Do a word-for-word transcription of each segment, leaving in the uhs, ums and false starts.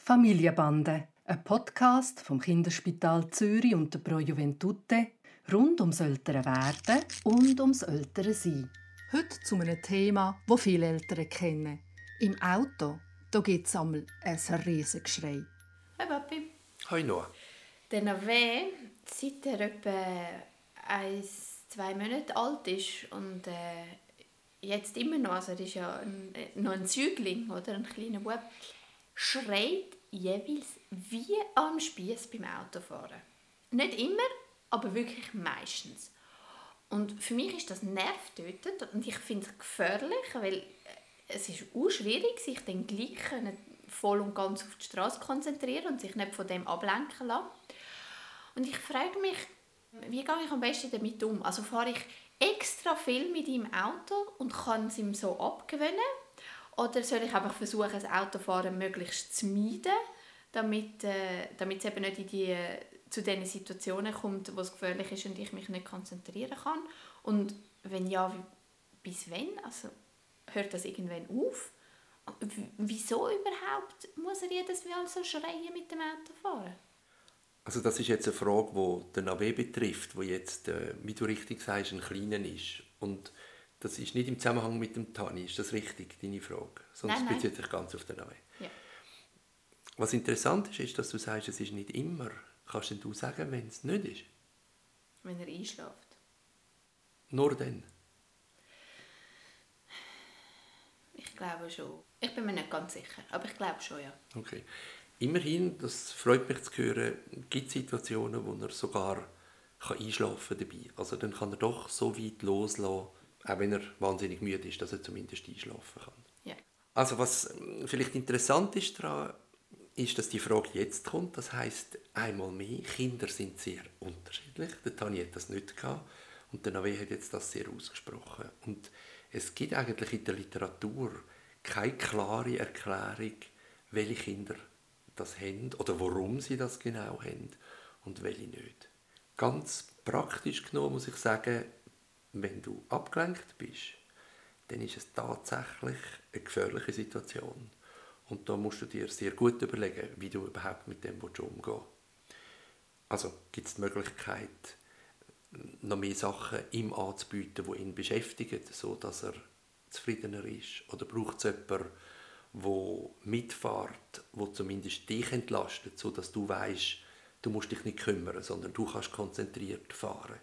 Familienbande, ein Podcast vom Kinderspital Zürich und der Pro Juventute rund ums ältere Werden und ums ältere Sein. Heute zu einem Thema, das viele Eltern kennen. Im Auto gibt es einmal ein riesiges Geschrei. Hi Papi. Hi Noah. Der Nave, seit er etwa ein, zwei Monate alt ist und äh, jetzt immer noch, also er ist ja ein, noch ein Säugling oder ein kleiner Bub, schreit jeweils wie am Spiess beim Autofahren. Nicht immer, aber wirklich meistens. Und für mich ist das nervtötend und ich finde es gefährlich, weil es ist auch schwierig, sich dann gleich voll und ganz auf die Straße konzentrieren und sich nicht von dem ablenken lassen. Und ich frage mich, wie gehe ich am besten damit um? Also fahre ich extra viel mit ihm Auto und kann es ihm so abgewöhnen? Oder soll ich einfach versuchen, das Autofahren möglichst zu meiden, damit, äh, damit es eben nicht in die, zu diesen Situationen kommt, wo es gefährlich ist und ich mich nicht konzentrieren kann? Und wenn ja, bis wann? Also hört das irgendwann auf? W- wieso überhaupt muss er jedes Mal so schreien mit dem Autofahren? Also das ist jetzt eine Frage, die den Nave betrifft, wo jetzt, äh, wie du richtig sagst, ein Kleiner ist. Und das ist nicht im Zusammenhang mit dem Tani, ist das richtig, deine Frage? Sonst Nein, nein. bezieht sich ganz auf den Nave. Ja. Was interessant ist, ist, dass du sagst, es ist nicht immer. Kannst denn du sagen, wenn es nicht ist? Wenn er einschläft. Nur dann? Ich glaube schon. Ich bin mir nicht ganz sicher, aber ich glaube schon, ja. Okay. Immerhin, das freut mich zu hören, gibt es Situationen, wo er sogar kann einschlafen kann dabei. Also dann kann er doch so weit loslassen, auch wenn er wahnsinnig müde ist, dass er zumindest einschlafen kann. Ja. Also was vielleicht interessant ist daran, ist, dass die Frage jetzt kommt. Das heisst, einmal mehr, Kinder sind sehr unterschiedlich. Der Tani hat das nicht gehabt und der Nave hat jetzt das sehr ausgesprochen. Und es gibt eigentlich in der Literatur keine klare Erklärung, welche Kinder das haben oder warum sie das genau haben und welche nicht. Ganz praktisch genommen muss ich sagen, wenn du abgelenkt bist, dann ist es tatsächlich eine gefährliche Situation. Und da musst du dir sehr gut überlegen, wie du überhaupt mit dem umgehen willst. Also gibt es die Möglichkeit, noch mehr Sachen ihm anzubieten, die ihn beschäftigen, sodass er zufriedener ist? Oder braucht es jemanden, der mitfährt, der zumindest dich entlastet, sodass du weißt, du musst dich nicht kümmern, sondern du kannst konzentriert fahren?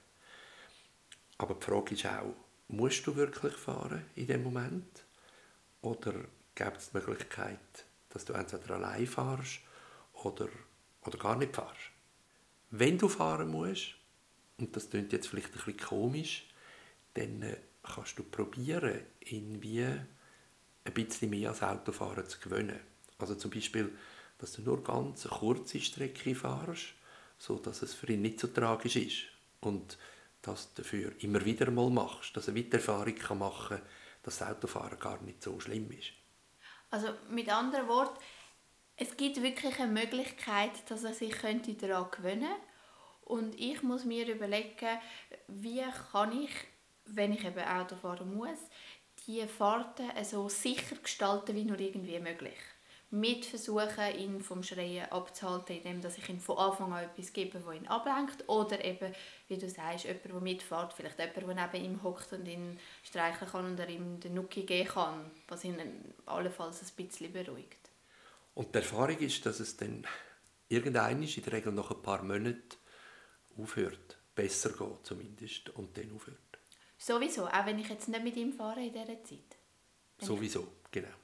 Aber die Frage ist auch, musst du wirklich fahren in dem Moment? Oder gibt es die Möglichkeit, dass du entweder allein fahrst oder, oder gar nicht fahrst? Wenn du fahren musst, und das klingt jetzt vielleicht ein bisschen komisch, dann kannst du probieren, irgendwie ein bisschen mehr als Autofahren zu gewöhnen. Also zum Beispiel, dass du nur ganz eine kurze Strecke fährst, sodass es für ihn nicht so tragisch ist. Und das dafür immer wieder mal machst, dass er wieder Erfahrung machen kann, dass das Autofahren gar nicht so schlimm ist. Also mit anderen Worten, es gibt wirklich eine Möglichkeit, dass er sich könnte daran gewöhnen könnte. Und ich muss mir überlegen, wie kann ich, wenn ich eben Auto fahren muss, die Fahrten so sicher gestalten wie nur irgendwie möglich. Mit versuchen, ihn vom Schreien abzuhalten, indem ich ihm von Anfang an etwas gebe, das ihn ablenkt. Oder eben, wie du sagst, jemand, der mitfährt, vielleicht jemand, der neben ihm hockt und ihn streicheln kann und er ihm den Nucki geben kann, was ihn allenfalls ein bisschen beruhigt. Und die Erfahrung ist, dass es dann irgendwann, in der Regel nach ein paar Monaten, aufhört. Besser geht zumindest und dann aufhört. Sowieso, auch wenn ich jetzt nicht mit ihm fahre in dieser Zeit. Wenn Sowieso, genau.